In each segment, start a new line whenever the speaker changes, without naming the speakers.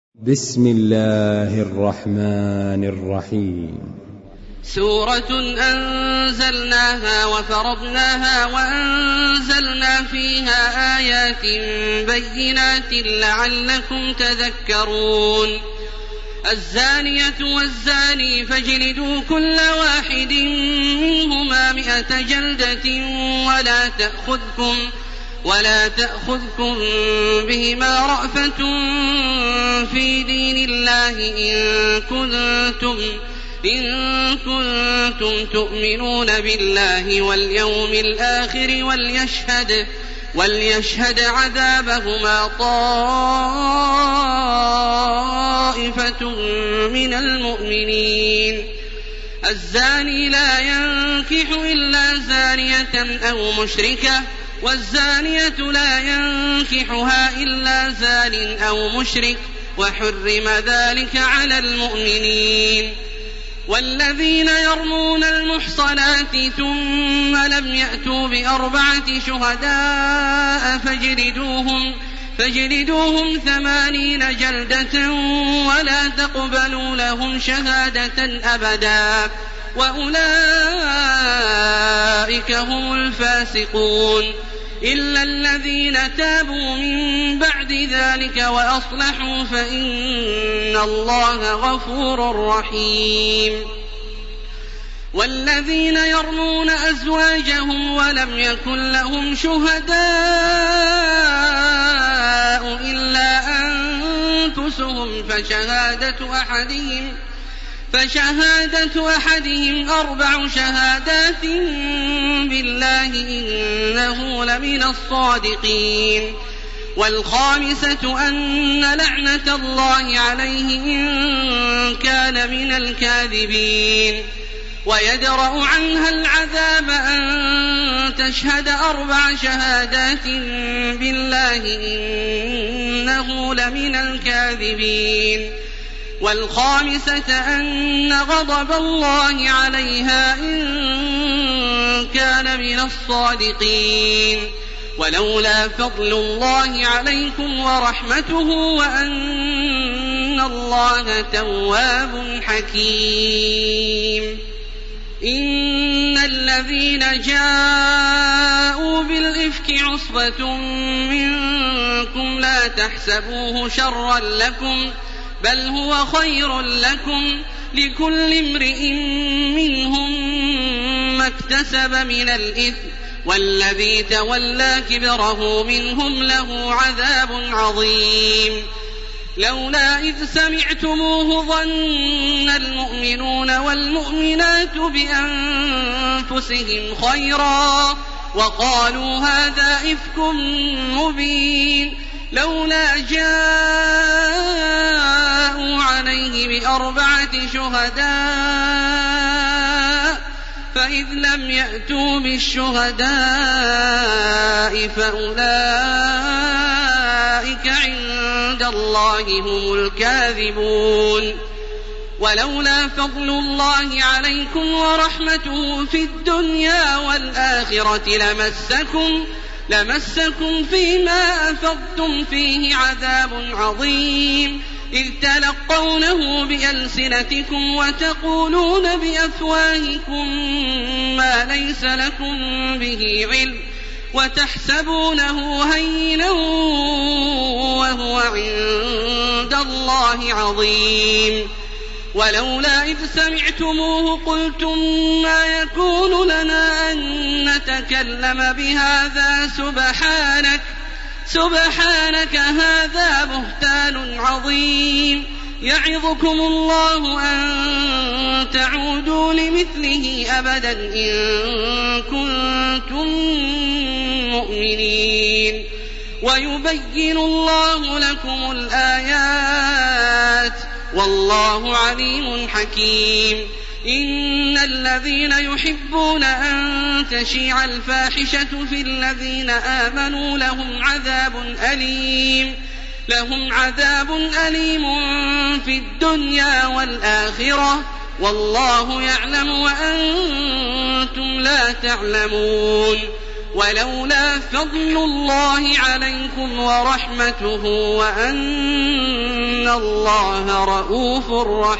بسم الله الرحمن الرحيم.
سورة أنزلناها وفرضناها وأنزلنا فيها آيات بينات لعلكم تذكرون. الزانية والزاني فاجلدوا كل واحد منهما 100 جلدة ولا تأخذكم بهما رأفة في دين الله إن كنتم تؤمنون بالله واليوم الآخر وليشهد عذابهما طائفة من المؤمنين. الزاني لا ينكح إلا زانية أو مشركة، والزانية لا ينكحها إلا زان أو مشرك، وحرم ذلك على المؤمنين. والذين يرمون المحصنات ثم لم يأتوا ب4 شهداء فاجلدوهم 80 جلدة ولا تقبلوا لهم شهادة أبدا، وأولئك هم الفاسقون، إلا الذين تابوا من بعد ذلك وأصلحوا فإن الله غفور رحيم. والذين يرمون أزواجهم ولم يكن لهم شهداء إلا أنفسهم فشهادة أحدهم 4 شهادات بالله إنه لمن الصادقين. والخامسة أن لعنة الله عليه إن كان من الكاذبين. ويدرأ عنها العذاب أن تشهد 4 شهادات بالله إنه لمن الكاذبين. والخامسة أن غضب الله عليها إن كان من الصادقين. ولولا فضل الله عليكم ورحمته وأن الله تواب حكيم. إن الذين جاءوا بالإفك عصبة منكم لا تحسبوه شرا لكم، بل هو خير لكم، لكل امرئ منهم ما اكتسب من الإثم، والذي تولى كبره منهم له عذاب عظيم. لولا إذ سمعتموه ظن المؤمنون والمؤمنات بأنفسهم خيرا وقالوا هذا إفك مبين. لولا جاءوا عليه ب4 شهداء، فإذ لم يأتوا بالشهداء فأولئك عند الله هم الكاذبون. ولولا فضل الله عليكم ورحمته في الدنيا والآخرة لمسكم فيما أفضتم فيه عذاب عظيم، إذ تلقونه بألسنتكم وتقولون بأفواهكم ما ليس لكم به علم، وتحسبونه هينا وهو عند الله عظيم. ولولا إذ سمعتموه قلتم ما يكون لنا أن نتكلم بهذا سبحانك هذا بهتان عظيم. يعظكم الله أن تعودوا لمثله أبدا إن كنتم مؤمنين. ويبين الله لكم الآيات والله عليم حكيم. إن الذين يحبون أن تشيع الفاحشة في الذين آمنوا لهم عذاب أليم في الدنيا والآخرة، والله يعلم وأنتم لا تعلمون. ولولا فضل الله عليكم ورحمته وأن الله رءوف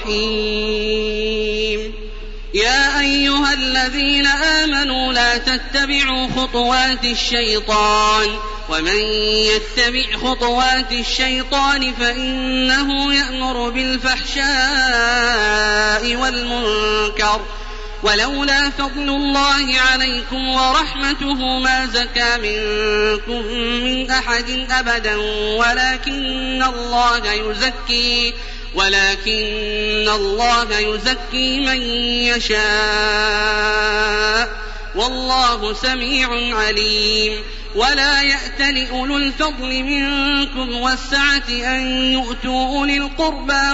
رحيم. يا أيها الذين آمنوا لا تتبعوا خطوات الشيطان ومن يتبع خطوات الشيطان فإنه يأمر بالفحشاء والمنكر ولولا فضل الله عليكم ورحمته ما زكى منكم من أحد أبدا ولكن الله يزكي من يشاء والله سميع عليم. ولا يأتل أولو الفضل منكم والسعة أن يؤتوا أولي القربى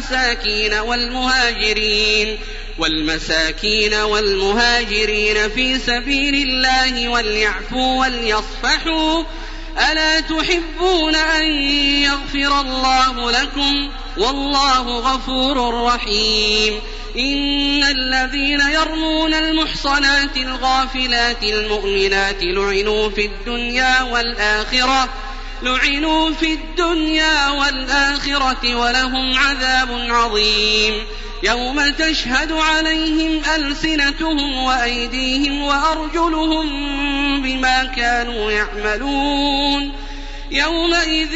والمساكين والمهاجرين في سبيل الله وليعفوا وليصفحوا ألا تحبون أن يغفر الله لكم والله غفور رحيم. إن الذين يرمون المحصنات الغافلات المؤمنات لعنوا في الدنيا والآخرة ولهم عذاب عظيم. يوم تشهد عليهم ألسنتهم وأيديهم وأرجلهم بما كانوا يعملون يومئذ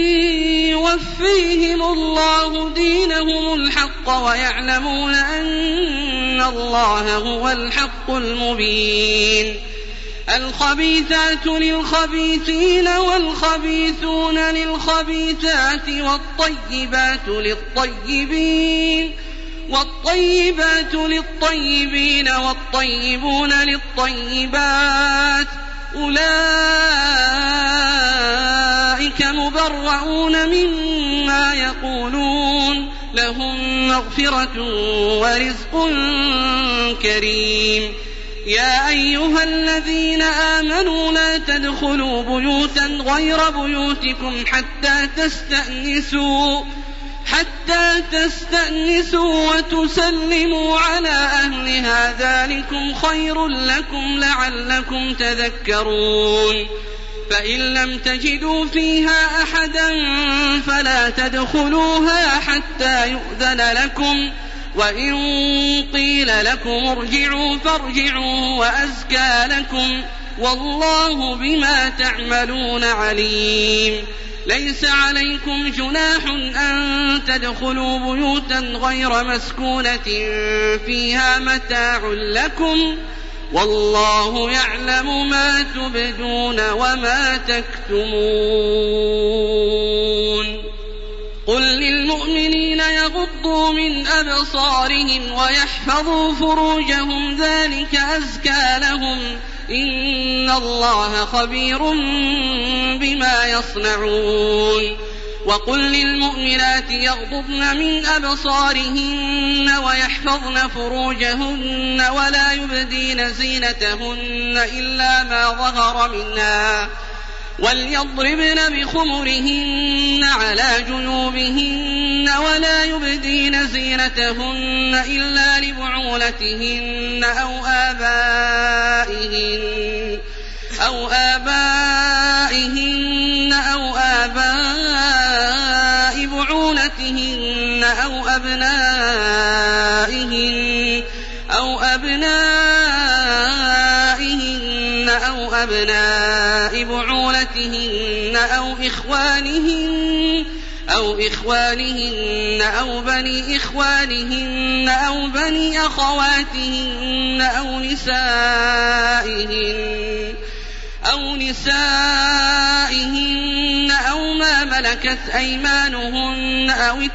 يوفيهم الله دينهم الحق ويعلمون أن الله هو الحق المبين. الخبيثات للخبيثين والخبيثون للخبيثات والطيبات للطيبين والطيبون للطيبات أولئك مبرؤون مما يقولون لهم مغفرة ورزق كريم. يا أيها الذين آمنوا لا تدخلوا بيوتا غير بيوتكم حتى تستأنسوا وتسلموا على أهلها ذلكم خير لكم لعلكم تذكرون. فإن لم تجدوا فيها أحدا فلا تدخلوها حتى يؤذن لكم وإن قيل لكم ارجعوا فارجعوا وأزكى لكم والله بما تعملون عليم. ليس عليكم جناح أن تدخلوا بيوتا غير مسكونة فيها متاع لكم والله يعلم ما تبدون وما تكتمون. قل للمؤمنين يغضوا من أبصارهم ويحفظوا فروجهم ذلك أزكى لهم إن الله خبير بما يصنعون. وقل للمؤمنات يغضضن من أبصارهن ويحفظن فروجهن ولا يبدين زينتهن إلا ما ظهر منها وليضربن بخمرهن على جنوبهن ولا يبدين زينتهن إلا لبعولتهن أو آبائهن أو آباء بعولتهن أو أبناء بعولتهن أو إخوانهن أو بني إخوانهن أو بني أخواتهن أو نسائهن أو ما ملكت أيمانهن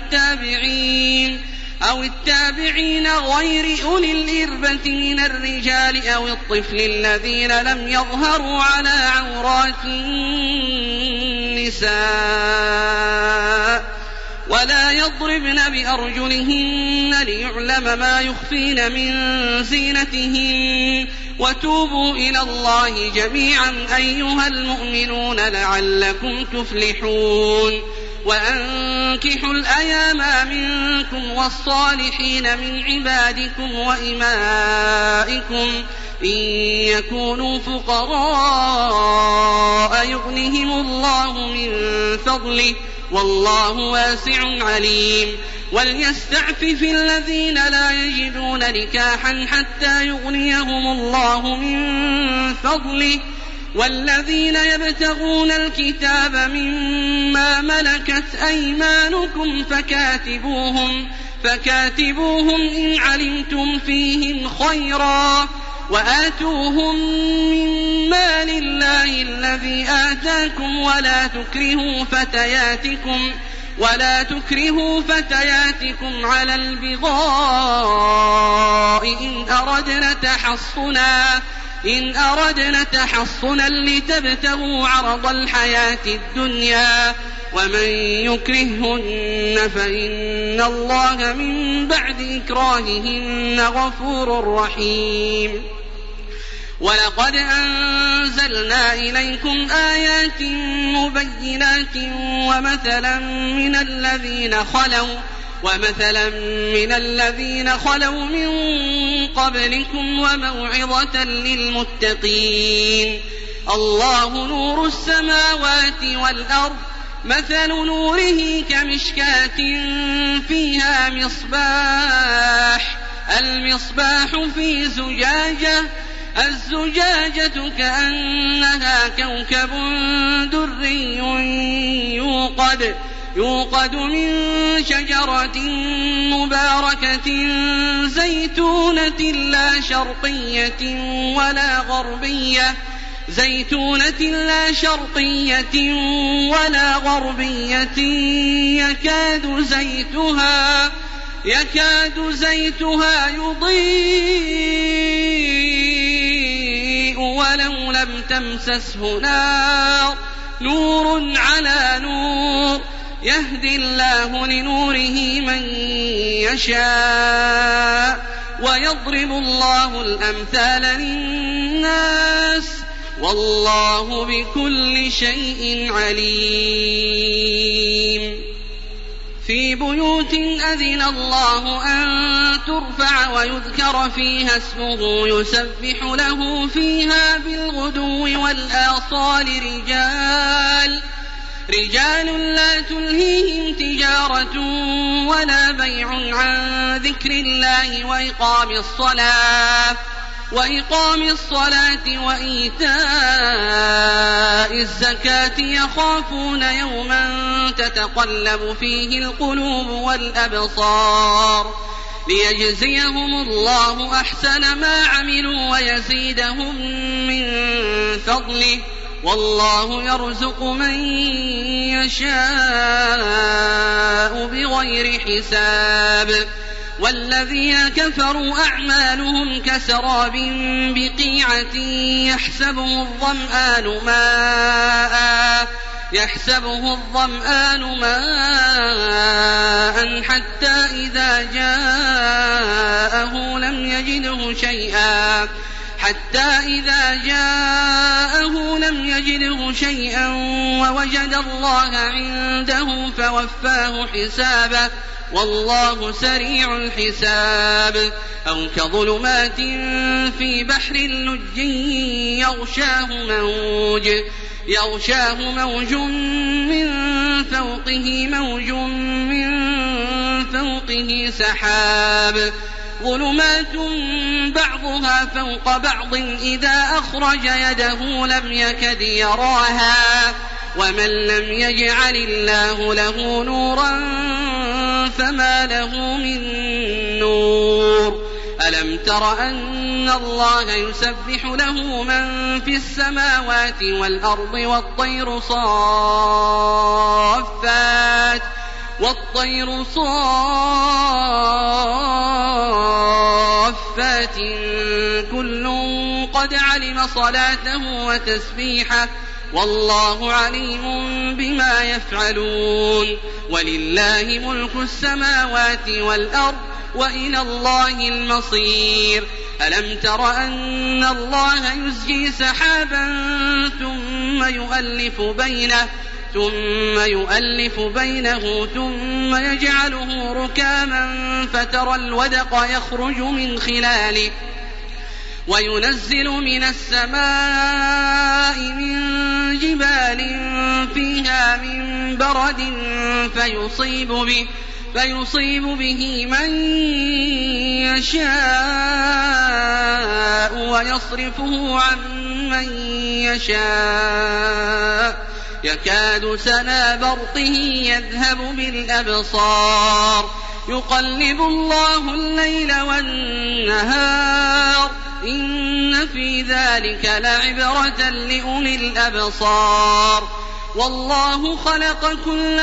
أو التابعين غير أولي الإربة من الرجال أو الطفل الذين لم يظهروا على عورات النساء ولا يضربن بأرجلهن ليعلم ما يخفين من زينتهن وتوبوا إلى الله جميعا أيها المؤمنون لعلكم تفلحون. وأنكحوا الأيام منكم والصالحين من عبادكم وإمائكم إن يكونوا فقراء يغنهم الله من فضله والله واسع عليم وليستعفف الذين لا يجدون نكاحا حتى يغنيهم الله من فضله والذين يبتغون الكتاب مما ملكت أيمانكم فكاتبوهم إن علمتم فيهم خيرا وآتوهم من مال الله الذي آتاكم ولا تكرهوا فتياتكم على البغاء إن أردنا تحصنا لتبتغوا عرض الحياة الدنيا ومن يكرههن فإن الله من بعد إكراههن غفور رحيم ولقد أنزلنا إليكم آيات مبينات ومثلا من الذين خلوا من قبلكم وموعظة للمتقين الله نور السماوات والأرض مثل نوره كمشكاة فيها المصباح في زجاجة الزجاجة كأنها كوكب دري يوقد من شجرة مباركة زيتونة لا شرقية ولا غربية يكاد زيتها يضيء ولو لم تمسسه نار نور على نور يهدي الله لنوره من يشاء ويضرب الله الأمثال للناس والله بكل شيء عليم في بيوت أذن الله أن ترفع ويذكر فيها اسمه يسبح له فيها بالغدو والآصال رجال لا تلهيهم تجارة ولا بيع عن ذكر الله وإقام الصلاة وإيتاء الزكاة يخافون يوما تتقلب فيه القلوب والأبصار ليجزيهم الله أحسن ما عملوا ويزيدهم من فضله والله يرزق من يشاء بغير حساب والذين كفروا أعمالهم كسراب بقيعة يحسبه الظمآن ماء حتى إذا جاءه لم يجده شيئا ووجد الله عنده فوفاه حسابه والله سريع الحساب أو كظلمات في بحر لج يغشاه موج من فوقه سحاب ظلمات بعضها فوق بعض إذا أخرج يده لم يكد يراها ومن لم يجعل الله له نورا فما له من نور ألم تر أن الله يسبح له من في السماوات والأرض والطير صافات كل قد علم صلاته وتسبيحه والله عليم بما يفعلون ولله ملك السماوات والأرض وإلى الله المصير ألم تر أن الله يزجي سحابا ثم ثم يؤلف بينه ثم يجعله ركاما فترى الودق يخرج من خلاله وينزل من السماء من جبال فيها من برد فيصيب به من يشاء ويصرفه عن من يشاء يكاد سنا برقه يذهب بالأبصار يقلب الله الليل والنهار إن في ذلك لعبرة لأولي الأبصار والله خلق كل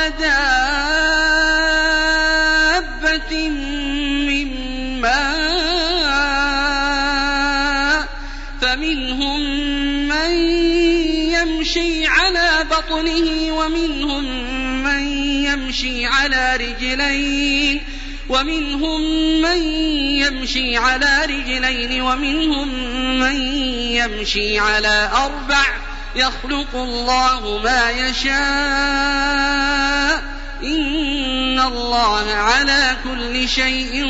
دابة من ماء فمنهم من يمشي على بطنه ومنهم من يمشي على رجلين ومنهم من يمشي على 4 يخلق الله ما يشاء إن الله على كل شيء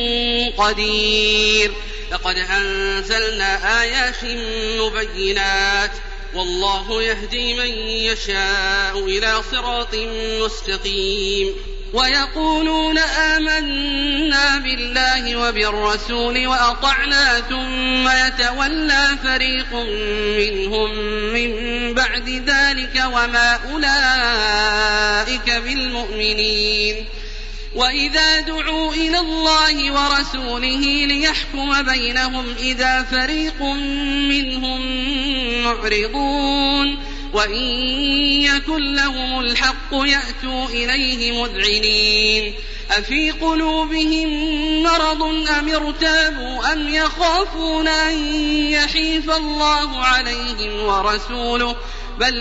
قدير لقد أنزلنا آيات مبينات والله يهدي من يشاء إلى صراط مستقيم ويقولون آمنا بالله وبالرسول وأطعنا ثم يتولى فريق منهم من بعد ذلك وما أولئك بالمؤمنين وإذا دعوا إلى الله ورسوله ليحكم بينهم إذا فريق منهم معرضون وإن يكن لهم الحق يأتوا إليه مذعنين أفي قلوبهم مرض أم ارتابوا أم يخافون أن يحيف الله عليهم ورسوله بل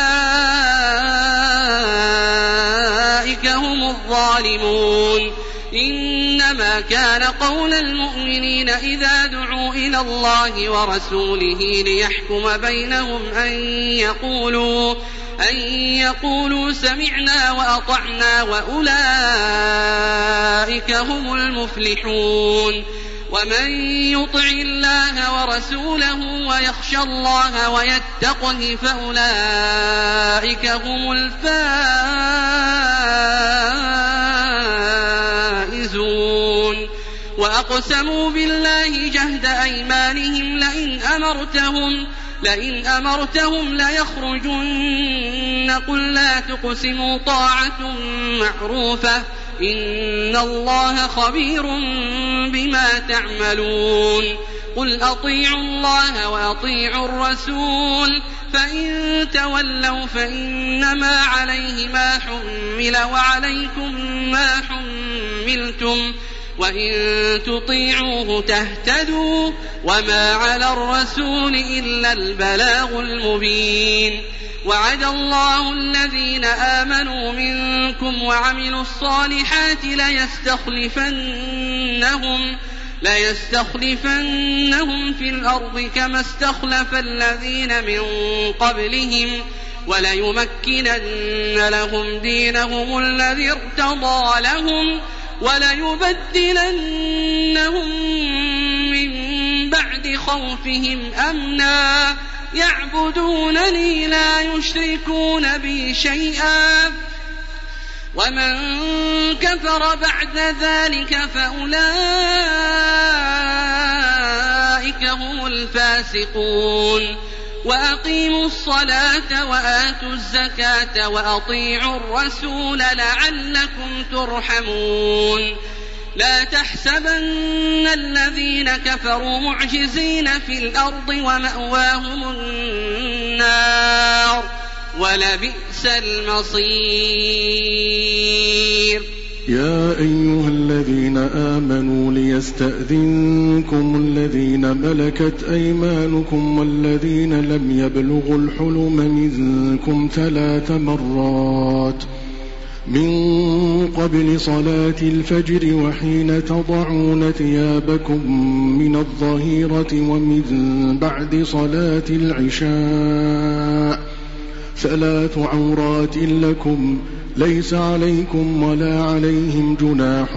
أولئك هم الظالمون إنما كان قول المؤمنين إذا دعوا إلى الله ورسوله ليحكم بينهم أن يقولوا سمعنا وأطعنا وأولئك هم المفلحون ومن يطع الله ورسوله ويخشى الله ويتقه فأولئك هم الفائزون وأقسموا بالله جهد أيمانهم لئن أمرتهم ليخرجن قل لا تقسموا طاعة معروفة إن الله خبير بما تعملون قل أطيعوا الله وأطيعوا الرسول فإن تولوا فإنما عليه ما حمل وعليكم ما حملتم وإن تطيعوه تهتدوا وما على الرسول إلا البلاغ المبين وعد الله الذين آمنوا منكم وعملوا الصالحات ليستخلفنهم في الأرض كما استخلف الذين من قبلهم وليمكنن لهم دينهم الذي ارتضى لهم وليبدلنهم من بعد خوفهم أمنا يعبدونني لا يشركون بي شيئا ومن كفر بعد ذلك فأولئك هم الفاسقون وأقيموا الصلاة وآتوا الزكاة وأطيعوا الرسول لعلكم ترحمون لا تحسبن الذين كفروا معجزين في الأرض ومأواهم النار ولبئس المصير
يا أيها الذين آمنوا ليستأذنكم الذين ملكت أيمانكم والذين لم يبلغوا الحلم منكم 3 مرات من قبل صلاة الفجر وحين تضعون ثيابكم من الظهيرة ومن بعد صلاة العشاء ثلاث عورات لكم ليس عليكم ولا عليهم جناح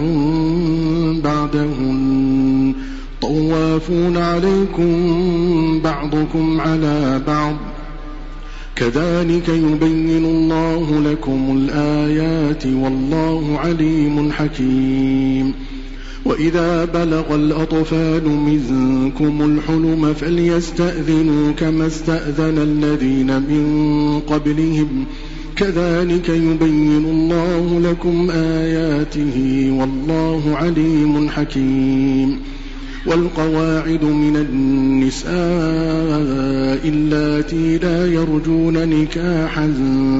بعدهن طوافون عليكم بعضكم على بعض كذلك يبين الله لكم الآيات والله عليم حكيم. وإذا بلغ الأطفال منكم الحلم فليستأذنوا كما استأذن الذين من قبلهم كذلك يبين الله لكم آياته والله عليم حكيم. والقواعد من النساء اللاتي لا يرجون نكاحا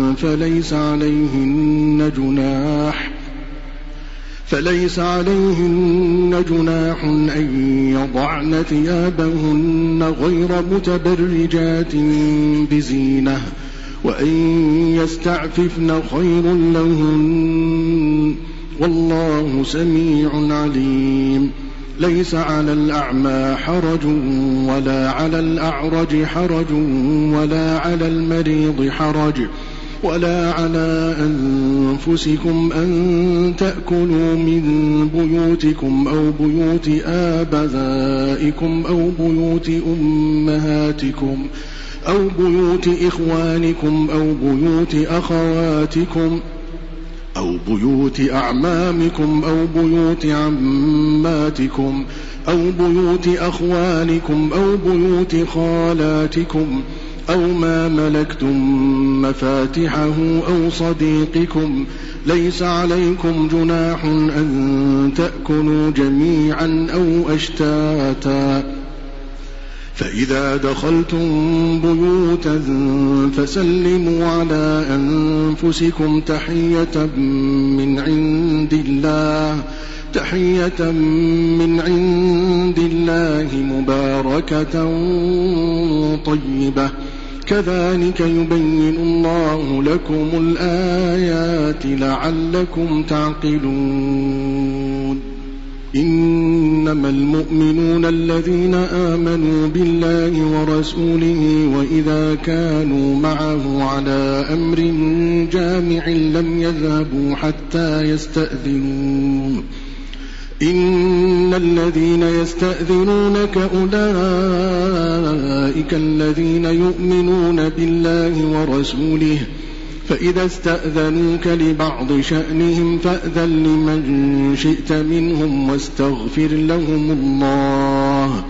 فليس عليهن جناح أن يضعن ثيابهن غير متبرجات بزينة وأن يستعففن خير لهن والله سميع عليم. ليس على الأعمى حرج ولا على الأعرج حرج ولا على المريض حرج ولا على أنفسكم أن تأكلوا من بيوتكم أو بيوت آبائكم أو بيوت أمهاتكم أو بيوت إخوانكم أو بيوت أخواتكم أو بيوت أعمامكم أو بيوت عماتكم أو بيوت أخوالكم أو بيوت خالاتكم أو ما ملكتم مفاتحه أو صديقكم ليس عليكم جناح أن تأكلوا جميعا أو أشتاتا. فإذا دخلتم بيوتا فسلموا على أنفسكم تحية من عند الله مباركة طيبة كذلك يبين الله لكم الآيات لعلكم تعقلون. إنما المؤمنون الذين آمنوا بالله ورسوله وإذا كانوا معه على أمر جامع لم يذهبوا حتى يستأذنوه. إن الذين يستأذنونك أولئك الذين يؤمنون بالله ورسوله فإذا استأذنوك لبعض شأنهم فأذن لمن شئت منهم واستغفر لهم الله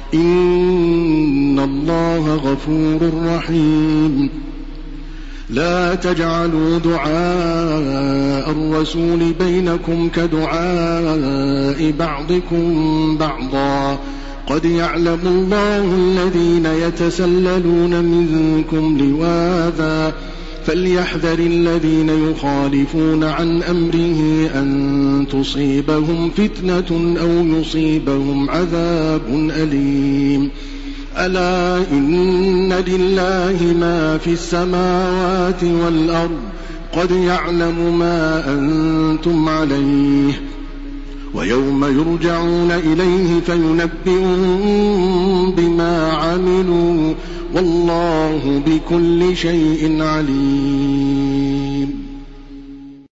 إن الله غفور رحيم. لا تجعلوا دعاء الرسول بينكم كدعاء بعضكم بعضا قد يعلم الله الذين يتسللون منكم لواذا فليحذر الذين يخالفون عن أمره أن تصيبهم فتنة أو يصيبهم عذاب أليم. ألا إن لله ما في السماوات والأرض قد يعلم ما أنتم عليه ويوم يرجعون إليه فينبئهم بما عملوا والله بكل شيء عليم.